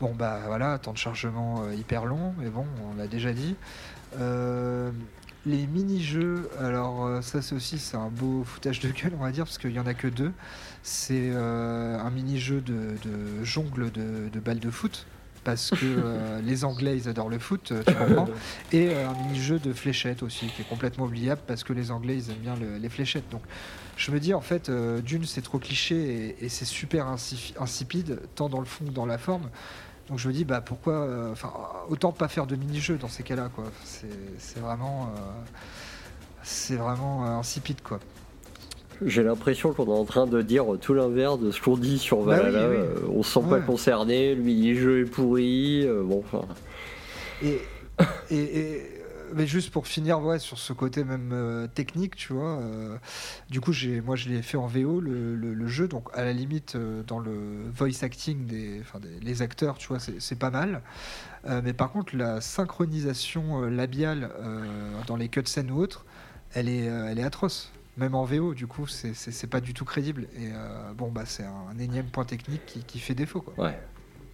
Bon, bah voilà, temps de chargement euh, hyper long, mais bon, on l'a déjà dit. Euh, les mini-jeux, alors euh, ça c'est aussi c'est un beau foutage de gueule, on va dire, parce qu'il n'y en a que deux. C'est euh, un mini-jeu de, de jongle de, de balles de foot, parce que euh, les Anglais ils adorent le foot, tu comprends. Et euh, un mini-jeu de fléchettes aussi, qui est complètement oubliable, parce que les Anglais ils aiment bien le, les fléchettes. Donc je me dis en fait, euh, d'une c'est trop cliché et, et c'est super insif- insipide, tant dans le fond que dans la forme. Donc je me dis bah pourquoi, enfin euh, autant pas faire de mini-jeu dans ces cas-là quoi. C'est, c'est vraiment, euh, c'est vraiment euh, insipide quoi. J'ai l'impression qu'on est en train de dire tout l'inverse de ce qu'on dit sur Valhalla. Bah oui, oui. Euh, on se sent ouais. pas concerné, le mini-jeu est pourri. Euh, bon, enfin. Et, et, et mais juste pour finir ouais, sur ce côté même euh, technique, tu vois. Euh, du coup, j'ai, moi, je l'ai fait en V O le, le, le jeu, donc à la limite euh, dans le voice acting des, enfin des les acteurs, tu vois, c'est, c'est pas mal. Euh, mais par contre, la synchronisation euh, labiale euh, dans les cutscenes ou autres, elle est, euh, elle est atroce. Même en V O, du coup, c'est, c'est, c'est pas du tout crédible. Et euh, bon, bah, c'est un, un énième point technique qui, qui fait défaut, quoi. Ouais.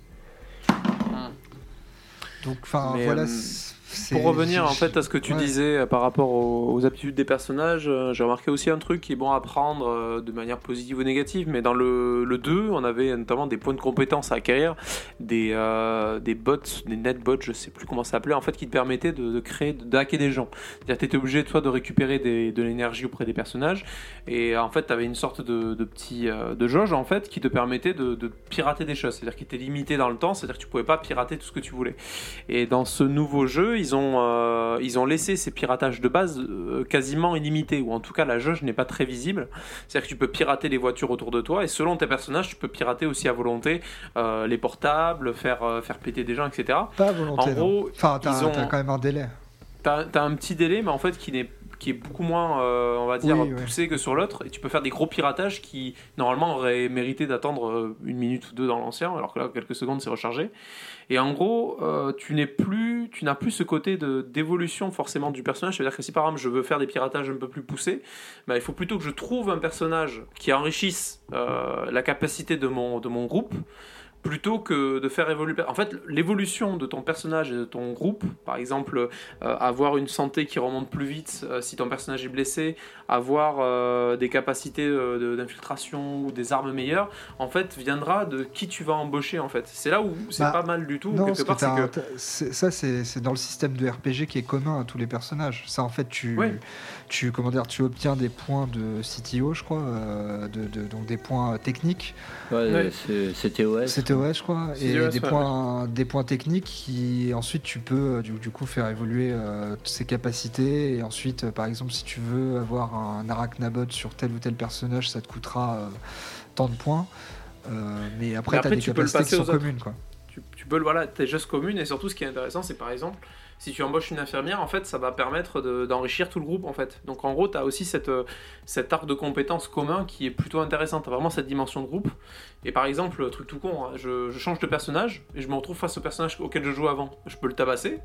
Donc, enfin, voilà. Euh... C'est... Pour revenir en fait à ce que tu ouais. disais par rapport aux, aux aptitudes des personnages, euh, j'ai remarqué aussi un truc qui est bon à prendre euh, de manière positive ou négative, mais dans le, le deux, on avait notamment des points de compétence à acquérir, des, euh, des bots, des netbots, je sais plus comment ça s'appelait, en fait, qui te permettaient de, de créer, de, de hacker des gens. C'est-à-dire que tu étais obligé toi de récupérer des, de l'énergie auprès des personnages, et en fait tu avais une sorte de, de petit euh, de jauge en fait qui te permettait de, de pirater des choses, c'est-à-dire qu'il était limité dans le temps, c'est-à-dire que tu pouvais pas pirater tout ce que tu voulais. Et dans ce nouveau jeu, ils ont, euh, ils ont laissé ces piratages de base euh, quasiment illimités, ou en tout cas la jauge n'est pas très visible. C'est-à-dire que tu peux pirater les voitures autour de toi, et selon tes personnages, tu peux pirater aussi à volonté euh, les portables, faire, euh, faire péter des gens, et cetera. Pas à volonté, en gros, enfin, t'as, ont... t'as quand même un délai. T'as, t'as un petit délai, mais en fait qui n'est qui est beaucoup moins, euh, on va dire, oui, poussé oui. que sur l'autre, et tu peux faire des gros piratages qui, normalement, auraient mérité d'attendre une minute ou deux dans l'ancien, alors que là, quelques secondes, c'est rechargé. Et en gros, euh, tu n'es plus, tu n'as plus ce côté de, d'évolution, forcément, du personnage. C'est-à-dire que si, par exemple, je veux faire des piratages un peu plus poussés, bah, il faut plutôt que je trouve un personnage qui enrichisse euh, la capacité de mon, de mon groupe, plutôt que de faire évoluer. En fait, l'évolution de ton personnage et de ton groupe, par exemple, euh, avoir une santé qui remonte plus vite euh, si ton personnage est blessé, avoir euh, des capacités euh, de, d'infiltration ou des armes meilleures, en fait, viendra de qui tu vas embaucher, en fait. C'est là où c'est bah, pas mal du tout, non, quelque part, c'est que... c'est, ça, c'est, c'est dans le système de R P G qui est commun à tous les personnages. Ça, en fait, tu, oui. tu, comment dire, tu obtiens des points de C T O, je crois, euh, de, de, donc des points techniques. Ouais, ouais. C'est, c'est T O S. C'est T O S, je crois, et C O S, des, ouais, points, ouais. des points techniques qui ensuite tu peux du, du coup faire évoluer euh, ses capacités, et ensuite euh, par exemple si tu veux avoir un arachnabot sur tel ou tel personnage, ça te coûtera euh, tant de points, euh, mais après, mais après tu as des capacités qui sont communes, quoi. Tu, tu peux, voilà, t'es juste commune, et surtout ce qui est intéressant, c'est par exemple si tu embauches une infirmière, en fait, ça va permettre de, d'enrichir tout le groupe, en fait. Donc, en gros, tu as aussi cette, cet arc de compétences commun qui est plutôt intéressant. Tu as vraiment cette dimension de groupe. Et par exemple, le truc tout con, hein, je, je change de personnage et je me retrouve face au personnage auquel je jouais avant. Je peux le tabasser.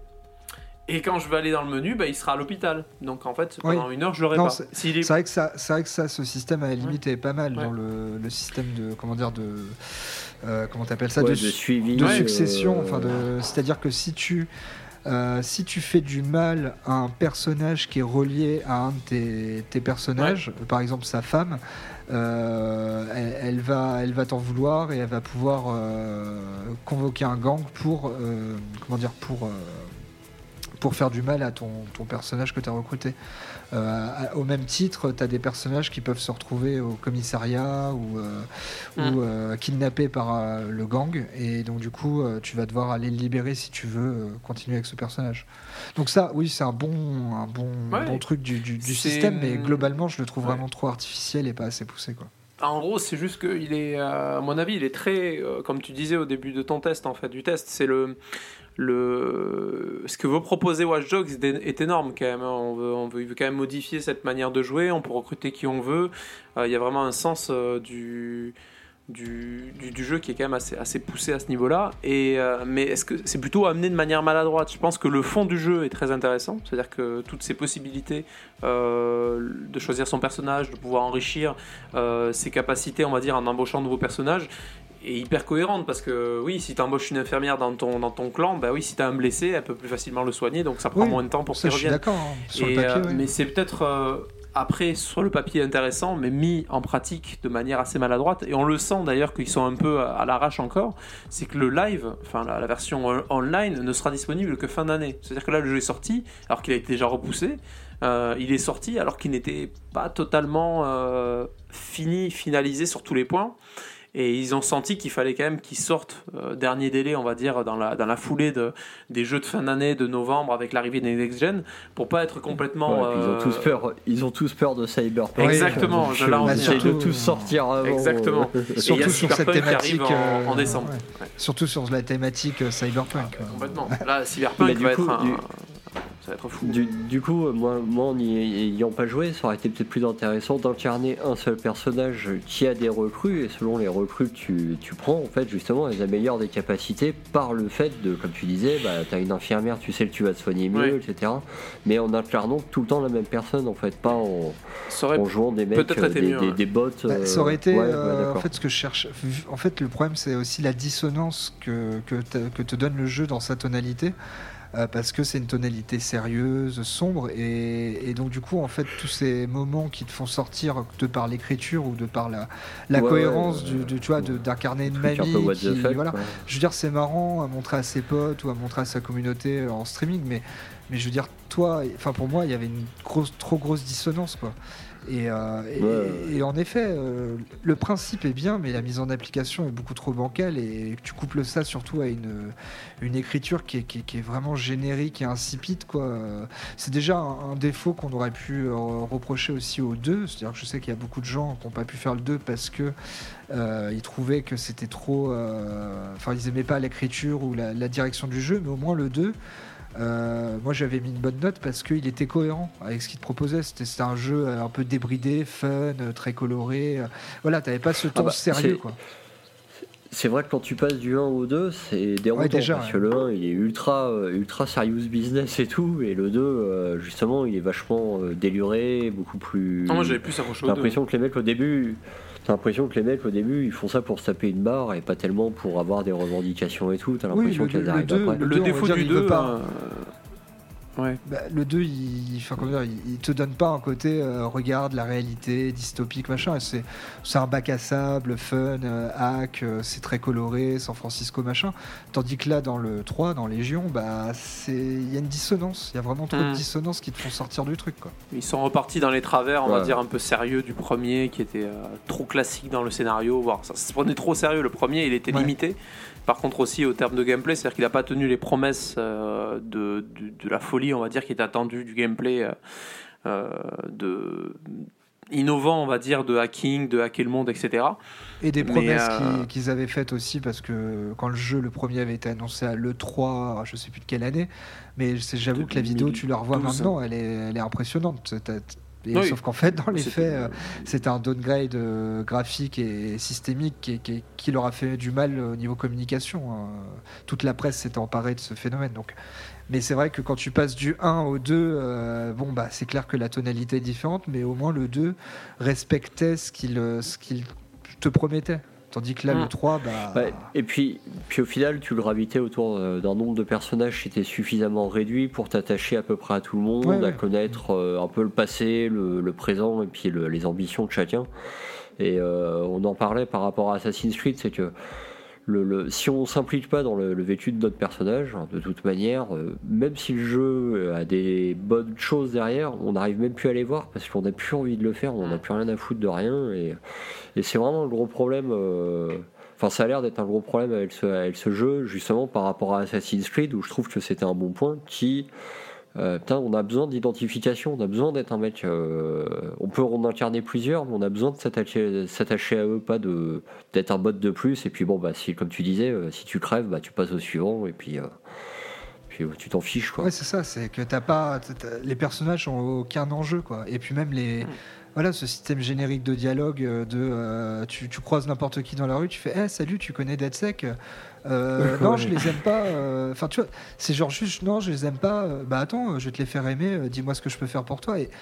Et quand je vais aller dans le menu, bah, il sera à l'hôpital. Donc, en fait, pendant oui. une heure, je l'aurai non, pas. C'est, S'il est... c'est, vrai que ça, c'est vrai que ça, ce système, à la limite, ouais. est pas mal ouais. dans le, le système de... Comment dire de... Euh, comment t'appelles ça ouais, de, de suivi. De ouais, succession. Euh... Enfin de, c'est-à-dire que si tu... Euh, si tu fais du mal à un personnage qui est relié à un de tes, tes personnages, ouais. par exemple sa femme, euh, elle, elle, va, elle va t'en vouloir et elle va pouvoir euh, convoquer un gang pour, euh, comment dire, pour, euh, pour faire du mal à ton, ton personnage que tu as recruté. Euh, au même titre, tu as des personnages qui peuvent se retrouver au commissariat ou, euh, mmh. ou euh, kidnappés par euh, le gang, et donc du coup euh, tu vas devoir aller le libérer si tu veux euh, continuer avec ce personnage. Donc ça, oui, c'est un bon, un bon, ouais. bon truc du, du, du système, mais globalement je le trouve ouais. vraiment trop artificiel et pas assez poussé, quoi. En gros, c'est juste qu'il est, à mon avis, il est très, euh, comme tu disais au début de ton test, en fait, du test, c'est le... Le... ce que veut proposer Watch Dogs est énorme quand même. On veut, on veut quand même modifier cette manière de jouer, on peut recruter qui on veut. Il euh, y a vraiment un sens euh, du, du, du, du jeu qui est quand même assez, assez poussé à ce niveau-là. Et, euh, mais est-ce que c'est plutôt amené de manière maladroite ? Je pense que le fond du jeu est très intéressant, c'est-à-dire que toutes ces possibilités euh, de choisir son personnage, de pouvoir enrichir euh, ses capacités, on va dire, en embauchant de nouveaux personnages, est hyper cohérente parce que oui, si tu embauches une infirmière dans ton, dans ton clan, bah oui, si tu as un blessé, elle peut plus facilement le soigner, donc ça prend oui, moins de temps pour ça, qu'il je suis revienne. d'accord, hein, sur Et, le papier, euh, oui. Mais c'est peut-être euh, après sur le papier intéressant, mais mis en pratique de manière assez maladroite. Et on le sent d'ailleurs qu'ils sont un peu à, à l'arrache encore. C'est que le live, enfin la, la version on- online, ne sera disponible que fin d'année. C'est-à-dire que là, le jeu est sorti alors qu'il a été déjà repoussé. Euh, il est sorti alors qu'il n'était pas totalement euh, fini, finalisé sur tous les points. Et ils ont senti qu'il fallait quand même qu'ils sortent euh, dernier délai, on va dire, dans la, dans la foulée de, des jeux de fin d'année de novembre avec l'arrivée des Next Gen, pour pas être complètement. Ouais, ils ont euh, tous peur. Ils ont tous peur de Cyberpunk. Exactement, Donc, je l'ai en ils essayent de surtout, tous sortir avant. Exactement. euh, Et il y Surtout a sur cette Cyberpunk qui arrive thématique, en, en euh, décembre. ouais. Ouais. Surtout sur la thématique euh, Cyberpunk. Ah, euh. complètement. Là, Cyberpunk Mais du va coup, être un. du- Ça va être fou. Du, du coup, moi, moi en y ayant pas joué, ça aurait été peut-être plus intéressant d'incarner un seul personnage qui a des recrues, et selon les recrues que tu, tu prends, en fait, justement, elles améliorent des capacités par le fait de, comme tu disais, bah, t'as une infirmière, tu sais que tu vas te soigner mieux, Ouais. et cetera. Mais en incarnant tout le temps la même personne, en fait, pas en, Ça aurait en jouant des mecs, peut-être euh, été des, mieux, des, ouais. des bots. Bah, euh, ça aurait été ouais, ouais, euh, en d'accord. fait ce que je cherche. En fait, le problème c'est aussi la dissonance que, que, te- que te donne le jeu dans sa tonalité. Euh, parce que c'est une tonalité sérieuse, sombre, et, et donc du coup, en fait, tous ces moments qui te font sortir de par l'écriture ou de par la, la Ouais, cohérence ouais, du, du- tu vois, de- d'incarner une Truc un peu mamie what qui, the fuck, voilà. quoi. Je veux dire, c'est marrant à montrer à ses potes ou à montrer à sa communauté euh, en streaming, mais, mais je veux dire, toi, enfin pour moi, il y avait une grosse, trop grosse dissonance, quoi. Et, euh, et, Ouais. et en effet, euh, le principe est bien, mais la mise en application est beaucoup trop bancale, et tu couples ça surtout à une, une écriture qui est, qui, est, qui est vraiment générique et insipide, quoi. C'est déjà un, un défaut qu'on aurait pu euh, reprocher aussi au deux. C'est-à-dire que je sais qu'il y a beaucoup de gens qui n'ont pas pu faire le deux parce que euh, ils trouvaient que c'était trop. euh, Enfin, ils aimaient pas l'écriture ou la, la direction du jeu, mais au moins le deux. Euh, moi j'avais mis une bonne note parce qu'il était cohérent avec ce qu'il te proposait. C'était, c'était un jeu un peu débridé, fun, euh, très coloré. euh, Voilà, t'avais pas ce ton Ah bah, sérieux, c'est- quoi. C'est vrai que quand tu passes du un au deux, c'est déroutant, Ouais, déjà, parce ouais. que le un il est ultra, euh, ultra serious business et tout, et le deux, euh, justement, il est vachement euh, déluré, beaucoup plus. Non, moi j'avais plus accroché T'as aux deux. l'impression que les mecs au début, t'as l'impression que les mecs au début, ils font ça pour se taper une barre et pas tellement pour avoir des revendications et tout. T'as Oui, l'impression le qu'elles deux- le arrivent deux- après. le Le deux, on défaut va du dire, il veut deux. pas- euh, Ouais. Bah, le deux, il, enfin, comment dire, il, il te donne pas un côté euh, regarde la réalité, dystopique, machin. C'est, c'est un bac à sable, fun, euh, hack, euh, c'est très coloré, San Francisco, machin. Tandis que là, dans le trois, dans Légion, bah, c'est, il y a une dissonance. Il y a vraiment trop Mm. de dissonance qui te font sortir du truc, quoi. Ils sont repartis dans les travers, on va Ouais. dire, un peu sérieux du premier, qui était euh, trop classique dans le scénario. Voire, ça, ça se prenait trop au sérieux. Le premier, il était Ouais. limité. Par contre, aussi, au terme de gameplay, c'est-à-dire qu'il n'a pas tenu les promesses euh, de, de, de la folie, on va dire, qui était attendue du gameplay euh, euh, de innovant, on va dire, de hacking, de hacker le monde, et cetera. Et des Mais, promesses euh, qu'ils, qu'ils avaient faites aussi, parce que quand le jeu, le premier, avait été annoncé à l'E trois, je sais plus de quelle année, mais c'est, j'avoue que la vidéo, tu la revois deux mille douze. maintenant, elle est, elle est impressionnante. T'as- Et Oui. Sauf qu'en fait, dans les C'était- faits, euh, c'est un downgrade euh, graphique et systémique qui, qui- qui leur a fait du mal au niveau communication. hein. Toute la presse s'est emparée de ce phénomène. Donc. Mais c'est vrai que quand tu passes du un au deux, euh, bon, bah, c'est clair que la tonalité est différente, mais au moins le deux respectait ce qu'il, euh, ce qu'il te promettait. Tandis que là, Mm. le trois, bah, Ouais, et puis, puis au final, tu gravitais autour euh, d'un nombre de personnages qui était suffisamment réduit pour t'attacher à peu près à tout le monde, Ouais, à ouais. connaître euh, un peu le passé, le, le présent et puis le- les ambitions de chacun. Et euh, on en parlait par rapport à Assassin's Creed, c'est que le, le- si on s'implique pas dans le, le vécu de notre personnage, de toute manière, euh, même si le jeu a des bonnes choses derrière, on n'arrive même plus à les voir parce qu'on n'a plus envie de le faire, on n'a plus rien à foutre de rien. Et, et c'est vraiment le gros problème. euh, Enfin, ça a l'air d'être un gros problème avec ce, avec ce jeu, justement par rapport à Assassin's Creed, où je trouve que c'était un bon point qui. Euh, putain, on a besoin d'identification, on a besoin d'être un mec. euh, on peut en incarner plusieurs, mais on a besoin de s'attacher, s'attacher à eux, pas de d'être un bot de plus. Et puis bon, bah si, comme tu disais, euh, si tu crèves, bah tu passes au suivant, et puis, euh, puis euh, tu t'en fiches, quoi. ouais, c'est ça, c'est que t'as pas, t'as- t'as- les personnages ont aucun enjeu, quoi. Et puis même les, voilà, ce système générique de dialogue, euh, de, euh, tu, tu croises n'importe qui dans la rue, tu fais, eh salut, tu connais DeadSec euh, Non, je les aime pas. euh, Enfin, tu vois, c'est genre juste, non, je les aime pas. euh, Bah attends, je vais te les faire aimer. euh, Dis-moi ce que je peux faire pour toi. Et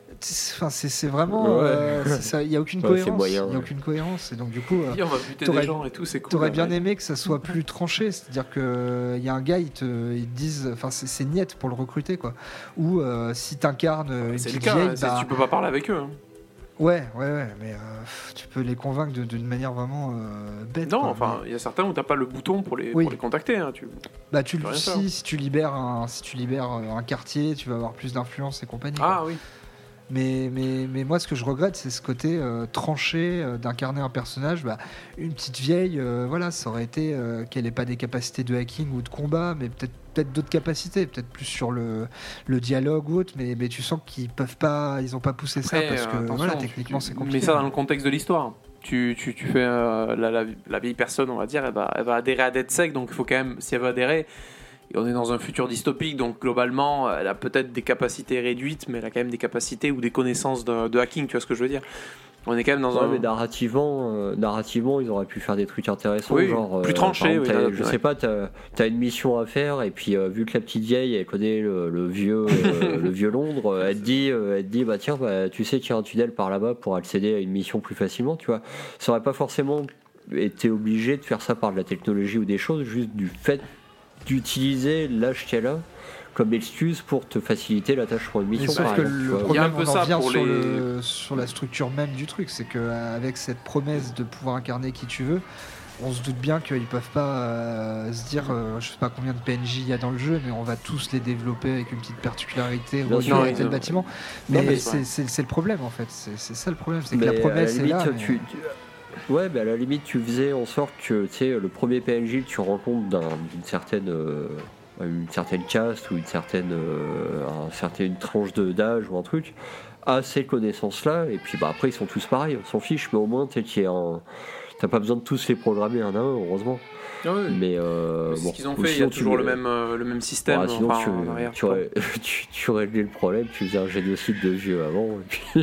Enfin, c'est, c'est vraiment, il ouais. euh, n'y a aucune ouais, cohérence. Il n'y a aucune cohérence. Et donc du coup, euh, on va buter des gens et tout, c'est cool. T'aurais bien aimé que ça soit plus tranché, c'est-à-dire que il y a un gars, ils te, ils te disent, enfin, c'est, c'est niette pour le recruter, quoi. Ou euh, si t'incarnes une c'est petite le cas, vieille, hein, bah... tu peux pas parler avec eux. Hein. Ouais, ouais, ouais, mais euh, tu peux les convaincre de, d'une manière vraiment euh, bête. Non, quoi, enfin, il mais... y a certains où t'as pas le bouton pour les, oui. pour les contacter. Hein, tu... Bah, tu, tu peux si, si tu libères un, si tu libères un quartier, tu vas avoir plus d'influence et compagnie. Ah quoi. oui. Mais, mais, mais moi, ce que je regrette, c'est ce côté euh, tranché euh, d'incarner un personnage. Bah, une petite vieille, euh, voilà, ça aurait été euh, qu'elle n'ait pas des capacités de hacking ou de combat, mais peut-être, peut-être d'autres capacités, peut-être plus sur le, le dialogue ou autre. Mais, mais tu sens qu'ils peuvent pas, ils ont pas poussé Après, ça parce que euh, voilà, techniquement, tu, c'est compliqué. Mais ça dans le contexte de l'histoire. Tu, tu, tu fais euh, la, la, la vieille personne, on va dire, elle va, elle va adhérer à DedSec, donc il faut quand même, si elle veut adhérer. Et on est dans un futur dystopique, donc globalement, elle a peut-être des capacités réduites, mais elle a quand même des capacités ou des connaissances de, de hacking, tu vois ce que je veux dire. On est quand même dans ouais, un... mais narrativement, euh, narrativement, ils auraient pu faire des trucs intéressants, oui, genre plus euh, tranché. Exemple, Oui, je ouais. sais pas, t'as, t'as une mission à faire et puis euh, vu que la petite vieille, elle connaît le, le vieux, euh, le vieux Londres, elle te dit, euh, elle te dit, bah tiens, bah, tu sais qu'il y a un tunnel par là-bas pour accéder à une mission plus facilement, tu vois. Ça aurait pas forcément été obligé de faire ça par de la technologie ou des choses, juste du fait d'utiliser l'âge qu'elle a comme excuse pour te faciliter la tâche pour une mission. Sauf par que exemple, le vois. problème, Il y a un peu on en ça vient pour sur, les... le, sur la structure même du truc, c'est qu'avec cette promesse de pouvoir incarner qui tu veux, on se doute bien qu'ils peuvent pas euh, se dire, euh, je sais pas combien de P N J il y a dans le jeu, mais on va tous les développer avec une petite particularité reliée à tel bâtiment. Mais, mais c'est, c'est, c'est le problème en fait, c'est, c'est ça le problème, c'est que mais la promesse à la limite, est là. Mais... Tu, tu... Ouais, mais à la limite, tu faisais en sorte que tu sais, le premier P N J que tu rencontres d'un, d'une certaine, euh, une certaine caste ou une certaine, euh, un certain, une tranche de, d'âge ou un truc, a ces connaissances-là, et puis bah, après ils sont tous pareils, on s'en fiche, mais au moins tu sais, un... t'as pas besoin de tous les programmer un à un, heureusement. Ah oui. Mais euh, c'est bon, ce qu'ils ont fait, il y a toujours tu... le même, euh, le même système. Ouais, sinon, enfin, tu, en arrière, tu, aurais, tu, tu réglais le problème, tu faisais un génocide de vieux avant. Et puis...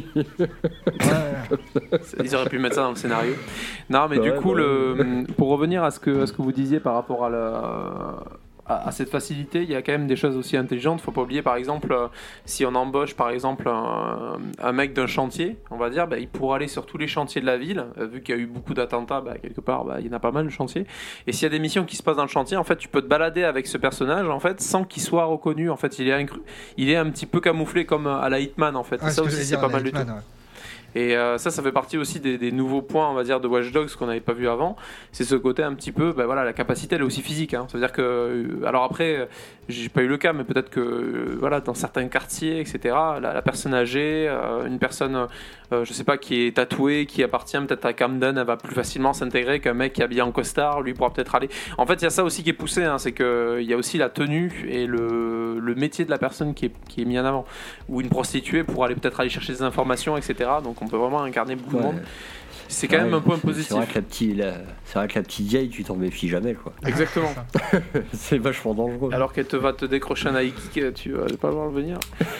ouais. Ils auraient pu mettre ça dans le scénario. Non, mais bah du ouais, coup, bah le, ouais. pour revenir à ce, que, à ce que vous disiez par rapport à la. À, à cette facilité, il y a quand même des choses aussi intelligentes. Faut pas oublier, par exemple, euh, si on embauche par exemple un, un mec d'un chantier, on va dire, bah, il pourra aller sur tous les chantiers de la ville, euh, vu qu'il y a eu beaucoup d'attentats, bah, quelque part, bah, il y en a pas mal de chantiers. Et s'il y a des missions qui se passent dans le chantier, en fait, tu peux te balader avec ce personnage, en fait, sans qu'il soit reconnu. En fait, il est, incru... il est un petit peu camouflé comme à la Hitman, en fait. Ouais, et ça aussi, c'est pas mal Hitman, du tout. Ouais. Et euh, ça, ça fait partie aussi des, des nouveaux points, on va dire, de Watch Dogs qu'on n'avait pas vu avant. C'est ce côté un petit peu, ben voilà, la capacité elle est aussi physique. Hein. Ça veut dire que, euh, alors après, j'ai pas eu le cas, mais peut-être que, euh, voilà, dans certains quartiers, et cetera, la, la personne âgée, euh, une personne, euh, je sais pas, qui est tatouée, qui appartient peut-être à Camden, elle va plus facilement s'intégrer qu'un mec qui est habillé en costard, lui pourra peut-être aller. En fait, il y a ça aussi qui est poussé, hein, c'est que il y a aussi la tenue et le, le métier de la personne qui est, qui est mis en avant. Ou une prostituée pour aller peut-être aller chercher des informations, et cetera. Donc on peut vraiment incarner beaucoup Ouais. de monde. C'est quand ouais, même un point c'est, positif. C'est vrai, que la petite, la, c'est vrai que la petite vieille, tu t'en méfies jamais, quoi. Exactement. C'est vachement dangereux. Alors qu'elle te va te décrocher un high kick, tu vas pas voir le venir.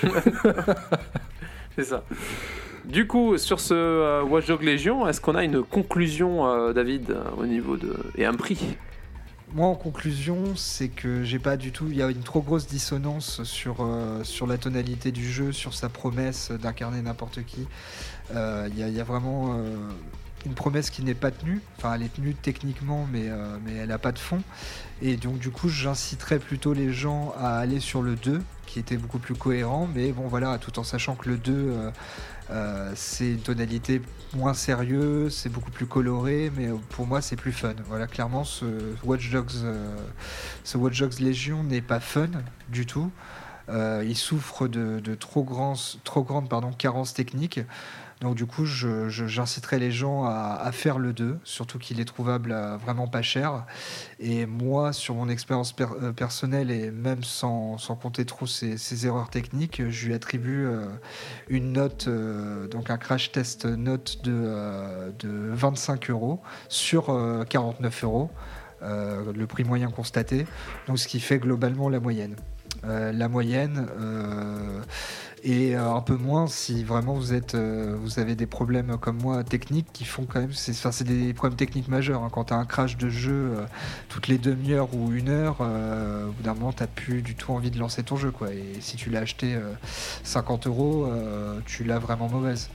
C'est ça. Du coup, sur ce euh, Watch Dogs Legion, est-ce qu'on a une conclusion, euh, David, euh, au niveau de et un prix? Moi, en conclusion, c'est que j'ai pas du tout. Il y a une trop grosse dissonance sur, euh, sur la tonalité du jeu, sur sa promesse d'incarner n'importe qui. Euh, Il y, a, il y a vraiment euh, une promesse qui n'est pas tenue. Enfin, elle est tenue techniquement, mais, euh, mais elle n'a pas de fond. Et donc, du coup, j'inciterais plutôt les gens à aller sur le deux, qui était beaucoup plus cohérent. Mais bon, voilà, tout en sachant que le deux. Euh, Euh, c'est une tonalité moins sérieuse, c'est beaucoup plus coloré, mais pour moi c'est plus fun. Voilà, clairement ce Watch Dogs, euh, ce Watch Dogs Legion n'est pas fun du tout. Euh, il souffre de, de trop, grands, trop grandes pardon, carences techniques. Donc du coup, je, je, j'inciterai les gens à, à faire le deux, surtout qu'il est trouvable à vraiment pas cher. Et moi, sur mon expérience per, euh, personnelle, et même sans, sans compter trop ces, ces erreurs techniques, je lui attribue euh, une note, euh, donc un crash test note de, euh, de vingt-cinq euros sur euh, quarante-neuf euros, euh, le prix moyen constaté, donc ce qui fait globalement la moyenne. Euh, la moyenne... Euh, et euh, un peu moins si vraiment vous êtes, euh, vous avez des problèmes comme moi techniques qui font quand même, c'est, enfin, c'est des problèmes techniques majeurs. Hein. Quand tu as un crash de jeu euh, toutes les demi-heures ou une heure, euh, au bout d'un moment, t'as plus du tout envie de lancer ton jeu, quoi. Et si tu l'as acheté euh, cinquante euros, euh, tu l'as vraiment mauvaise.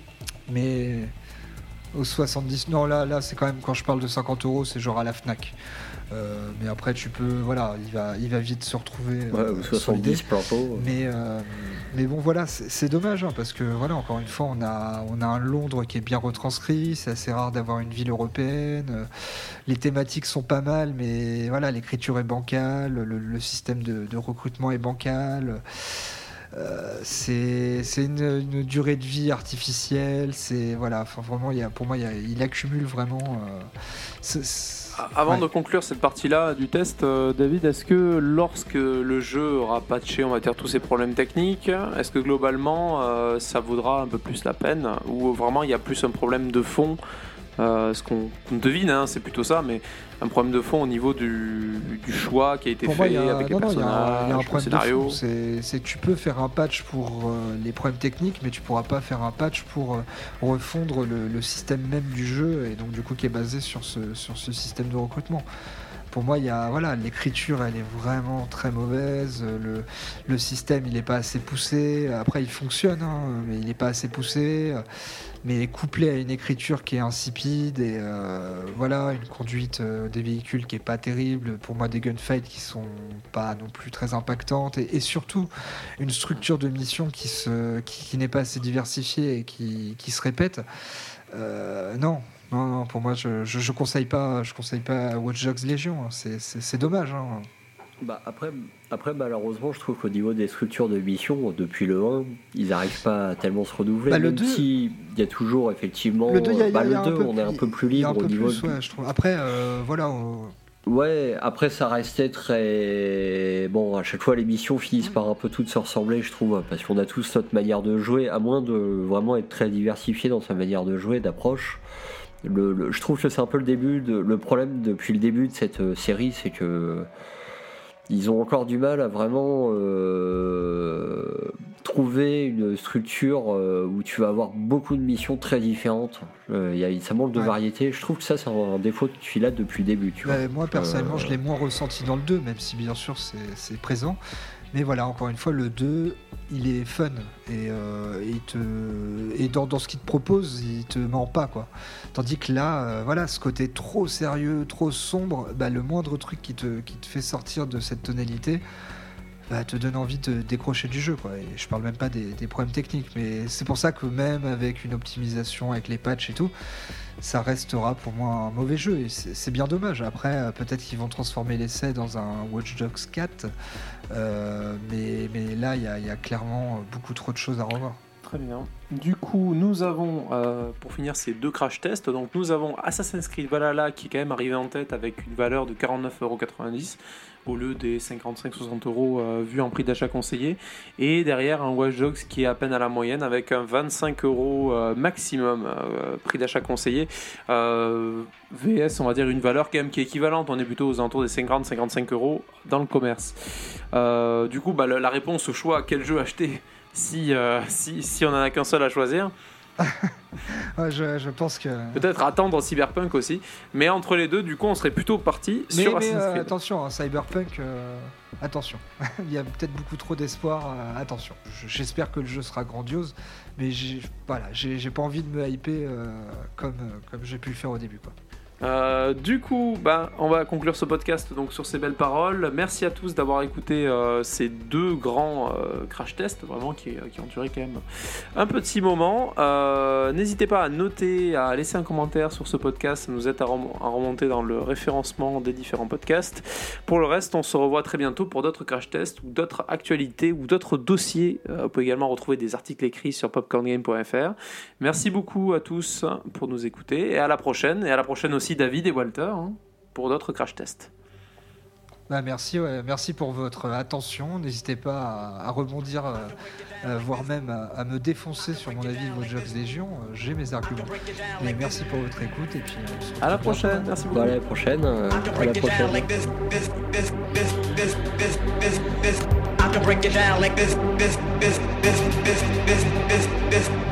Mais au soixante-dix, non, là, là, c'est quand même, quand je parle de cinquante euros, c'est genre à la Fnac. Euh, mais après, tu peux, voilà, il va, il va vite se retrouver. Ouais, euh, soixante-dix plein pot. Mais, euh, mais bon, voilà, c'est, c'est dommage, hein, parce que, voilà, encore une fois, on a, on a un Londres qui est bien retranscrit. C'est assez rare d'avoir une ville européenne. Euh, les thématiques sont pas mal, mais voilà, l'écriture est bancale, le, le système de, de recrutement est bancal. Euh, c'est, c'est une, une durée de vie artificielle. C'est voilà, enfin vraiment, il y a, pour moi, il, y a, il accumule vraiment. Euh, c'est, c'est, Avant ouais. de conclure cette partie-là du test, euh, David, est-ce que lorsque le jeu aura patché, on va dire, tous ces problèmes techniques, est-ce que globalement euh, ça vaudra un peu plus la peine, ou vraiment il y a plus un problème de fond, euh, ce qu'on, qu'on devine, hein, c'est plutôt ça, mais un problème de fond au niveau du, du choix qui a été pour fait moi, a, avec non, les non, personnages, il y a un le problème scénario. de fond. C'est, c'est que tu peux faire un patch pour euh, les problèmes techniques, mais tu pourras pas faire un patch pour euh, refondre le, le système même du jeu, et donc du coup qui est basé sur ce, sur ce système de recrutement. Pour moi, il y a, voilà, l'écriture, elle est vraiment très mauvaise. Le, le système, il n'est pas assez poussé. Après, il fonctionne, hein, mais il n'est pas assez poussé. Mais couplé à une écriture qui est insipide et euh, voilà, une conduite euh, des véhicules qui est pas terrible. Pour moi, des gunfights qui sont pas non plus très impactantes et, et surtout une structure de mission qui se, qui, qui n'est pas assez diversifiée et qui, qui se répète. Euh, non. Non, non, pour moi, je, je, je conseille pas, je conseille pas Watch Dogs Légion. Hein. C'est, c'est, c'est dommage. Hein. Bah après, après, malheureusement, je trouve qu'au niveau des structures de mission, depuis le un, ils n'arrivent pas à tellement se renouveler. Bah, même deux, si il y a toujours effectivement. Le deux, y a, bah, y a, le y a deux on est un peu plus libre au niveau. Plus, ouais, je trouve. Après, euh, voilà. On... Ouais, après ça restait très... Bon, à chaque fois les missions finissent par un peu toutes se ressembler, je trouve, parce qu'on a tous notre manière de jouer, à moins de vraiment être très diversifié dans sa manière de jouer, d'approche. Le, le, je trouve que c'est un peu le début de, le problème depuis le début de cette euh, série, c'est que ils ont encore du mal à vraiment euh, trouver une structure euh, où tu vas avoir beaucoup de missions très différentes. Euh, y a, ça manque de ouais. variété. Je trouve que ça, c'est un, un défaut que tu as depuis le début. Tu bah, vois. Moi, personnellement, euh... je l'ai moins ressenti dans le deux, même si bien sûr c'est, c'est présent. Mais voilà, encore une fois, le deux, il est fun. Et, euh, et, te, et dans, dans ce qu'il te propose, il te ment pas, quoi. Tandis que là, euh, voilà, ce côté trop sérieux, trop sombre, bah, le moindre truc qui te, qui te fait sortir de cette tonalité, bah, te donne envie de décrocher du jeu, quoi. Et je parle même pas des, des problèmes techniques, mais c'est pour ça que même avec une optimisation, avec les patchs et tout, ça restera pour moi un mauvais jeu, et c'est, c'est bien dommage. Après, peut-être qu'ils vont transformer l'essai dans un Watch Dogs quatre, euh, mais, mais là, il y, y a clairement beaucoup trop de choses à revoir. Très bien. Du coup, nous avons, euh, pour finir ces deux crash tests, donc nous avons Assassin's Creed Valhalla qui est quand même arrivé en tête avec une valeur de quarante-neuf euros quatre-vingt-dix au lieu des cinquante-cinq à soixante euros euh, vu en prix d'achat conseillé. Et derrière, un Watch Dogs qui est à peine à la moyenne avec un vingt-cinq euros euh, maximum euh, prix d'achat conseillé. Euh, V S, on va dire une valeur quand même qui est équivalente. On est plutôt aux alentours des cinquante à cinquante-cinq euros dans le commerce. Euh, du coup, bah, la, la réponse au choix, quel jeu acheter si, euh, si, si on n'en a qu'un seul à choisir. Ouais, je, je pense que... Peut-être attendre Cyberpunk aussi. Mais entre les deux, du coup, on serait plutôt parti mais, sur mais, Assassin's Creed. Euh, attention, hein, Cyberpunk, euh, attention. Il y a peut-être beaucoup trop d'espoir, euh, attention. J'espère que le jeu sera grandiose, mais j'ai, voilà, j'ai, j'ai pas envie de me hyper euh, comme, euh, comme j'ai pu le faire au début, quoi. Euh, du coup, bah, on va conclure ce podcast donc sur ces belles paroles. Merci à tous d'avoir écouté euh, ces deux grands euh, crash tests, vraiment qui, qui ont duré quand même un petit moment. Euh, n'hésitez pas à noter, à laisser un commentaire sur ce podcast, ça nous aide à, rem- à remonter dans le référencement des différents podcasts. Pour le reste, on se revoit très bientôt pour d'autres crash tests ou d'autres actualités ou d'autres dossiers. Euh, vous pouvez également retrouver des articles écrits sur popcorn game point f r. Merci beaucoup à tous pour nous écouter et à la prochaine. Et à la prochaine aussi David et Walter hein, pour d'autres crash tests. Bah merci, ouais, merci pour votre attention. N'hésitez pas à, à rebondir, euh, euh, voire même à, à me défoncer sur mon avis de Watch Dogs Légion. Euh, j'ai mes arguments. Mais merci pour votre écoute et puis euh, on se retrouve À la prochaine. Merci beaucoup. À la prochaine. euh, À la prochaine. I can break it down like this, this, this, this, this, this, this, this, this.